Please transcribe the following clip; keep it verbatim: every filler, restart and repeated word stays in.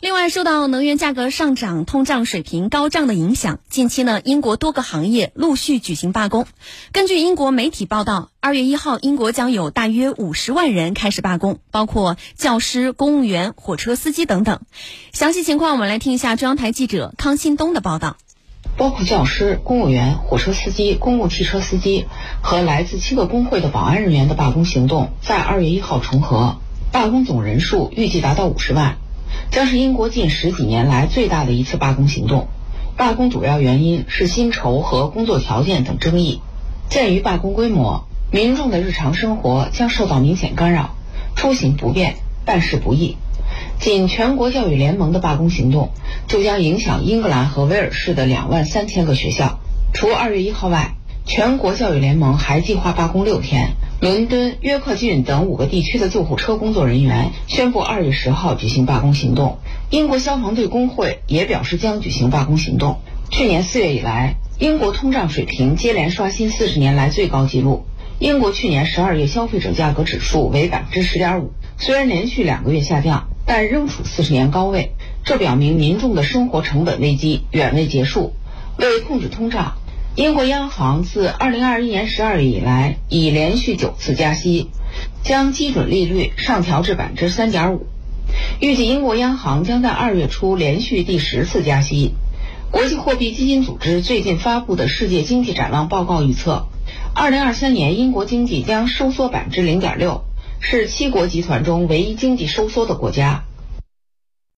另外，受到能源价格上涨、通胀水平高涨的影响，近期呢，英国多个行业陆续举行罢工。根据英国媒体报道，二月一号，英国将有大约五十万人开始罢工，包括教师、公务员、火车司机等等。详细情况，我们来听一下中央台记者康新东的报道。 包括教师、公务员、火车司机、公共汽车司机和来自七个工会的保安人员的罢工行动在二月一号重合，罢工总人数预计达到五十万。将是英国近十几年来最大的一次罢工行动。罢工主要原因是薪酬和工作条件等争议。鉴于罢工规模，民众的日常生活将受到明显干扰，出行不便，办事不易。仅全国教育联盟的罢工行动就将影响英格兰和威尔士的两万三千个学校。除二月一号外，全国教育联盟还计划罢工六天。伦敦、约克郡等五个地区的救护车工作人员宣布二月十号举行罢工行动。英国消防队工会也表示将举行罢工行动。去年四月以来，英国通胀水平接连刷新四十年来最高纪录。英国去年十二月消费者价格指数为百分之十点五，虽然连续两个月下降，但仍处四十年高位。这表明民众的生活成本危机远未结束。为控制通胀，英国央行自二零二一年十二月以来已连续九次加息，将基准利率上调至百分之三点五。预计英国央行将在二月初连续第十次加息。国际货币基金组织最近发布的世界经济展望报告预测，二零二三年英国经济将收缩百分之零点六，是七国集团中唯一经济收缩的国家。